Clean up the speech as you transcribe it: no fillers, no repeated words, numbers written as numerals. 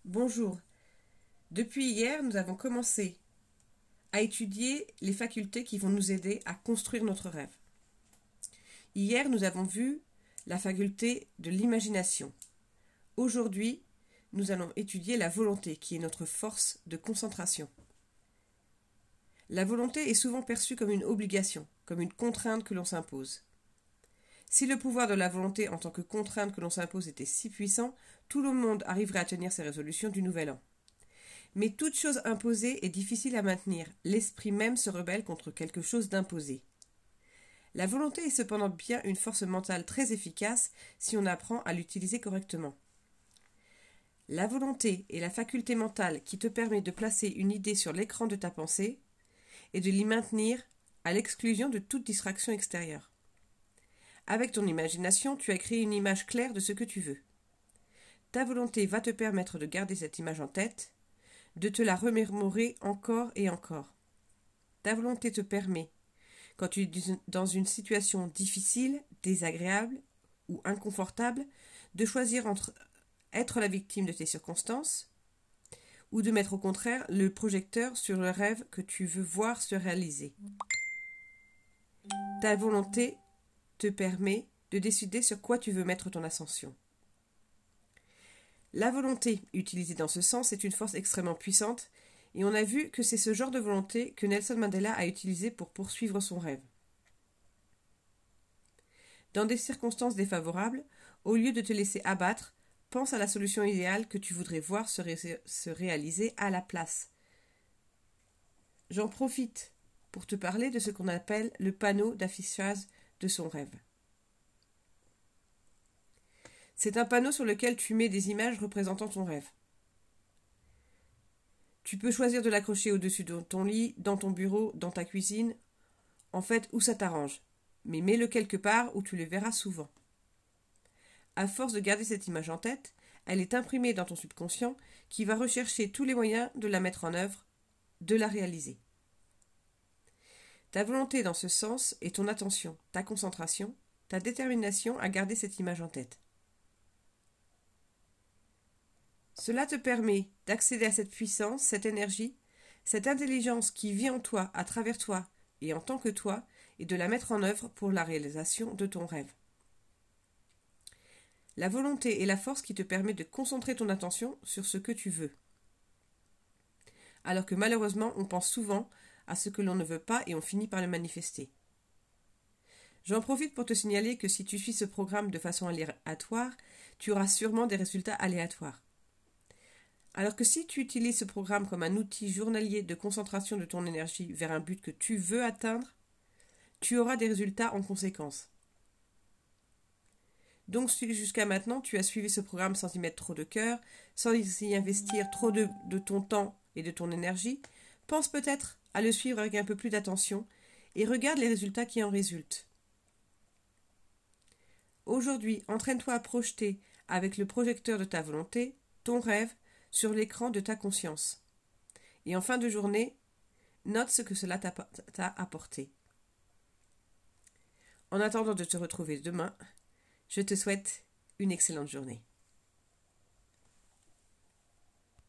Bonjour. Depuis hier, nous avons commencé à étudier les facultés qui vont nous aider à construire notre rêve. Hier, nous avons vu la faculté de l'imagination. Aujourd'hui, nous allons étudier la volonté, qui est notre force de concentration. La volonté est souvent perçue comme une obligation, comme une contrainte que l'on s'impose. Si le pouvoir de la volonté en tant que contrainte que l'on s'impose était si puissant, tout le monde arriverait à tenir ses résolutions du nouvel an. Mais toute chose imposée est difficile à maintenir. L'esprit même se rebelle contre quelque chose d'imposé. La volonté est cependant bien une force mentale très efficace si on apprend à l'utiliser correctement. La volonté est la faculté mentale qui te permet de placer une idée sur l'écran de ta pensée et de l'y maintenir à l'exclusion de toute distraction extérieure. Avec ton imagination, tu as créé une image claire de ce que tu veux. Ta volonté va te permettre de garder cette image en tête, de te la remémorer encore et encore. Ta volonté te permet, quand tu es dans une situation difficile, désagréable ou inconfortable, de choisir entre être la victime de tes circonstances ou de mettre au contraire le projecteur sur le rêve que tu veux voir se réaliser. Ta volonté te permet de décider sur quoi tu veux mettre ton attention. La volonté, utilisée dans ce sens, est une force extrêmement puissante et on a vu que c'est ce genre de volonté que Nelson Mandela a utilisé pour poursuivre son rêve. Dans des circonstances défavorables, au lieu de te laisser abattre, pense à la solution idéale que tu voudrais voir se réaliser à la place. J'en profite pour te parler de ce qu'on appelle le panneau d'affichage de son rêve. C'est un panneau sur lequel tu mets des images représentant ton rêve. Tu peux choisir de l'accrocher au-dessus de ton lit, dans ton bureau, dans ta cuisine, en fait où ça t'arrange. Mais mets-le quelque part où tu le verras souvent. À force de garder cette image en tête, elle est imprimée dans ton subconscient qui va rechercher tous les moyens de la mettre en œuvre, de la réaliser. Ta volonté dans ce sens est ton attention, ta concentration, ta détermination à garder cette image en tête. Cela te permet d'accéder à cette puissance, cette énergie, cette intelligence qui vit en toi, à travers toi et en tant que toi, et de la mettre en œuvre pour la réalisation de ton rêve. La volonté est la force qui te permet de concentrer ton attention sur ce que tu veux. Alors que malheureusement, on pense souvent à ce que l'on ne veut pas et on finit par le manifester. J'en profite pour te signaler que si tu suis ce programme de façon aléatoire, tu auras sûrement des résultats aléatoires. Alors que si tu utilises ce programme comme un outil journalier de concentration de ton énergie vers un but que tu veux atteindre, tu auras des résultats en conséquence. Donc si jusqu'à maintenant tu as suivi ce programme sans y mettre trop de cœur, sans y investir trop de ton temps et de ton énergie, pense peut-être à le suivre avec un peu plus d'attention et regarde les résultats qui en résultent. Aujourd'hui, entraîne-toi à projeter avec le projecteur de ta volonté ton rêve sur l'écran de ta conscience. Et en fin de journée, note ce que cela t'a apporté. En attendant de te retrouver demain, je te souhaite une excellente journée.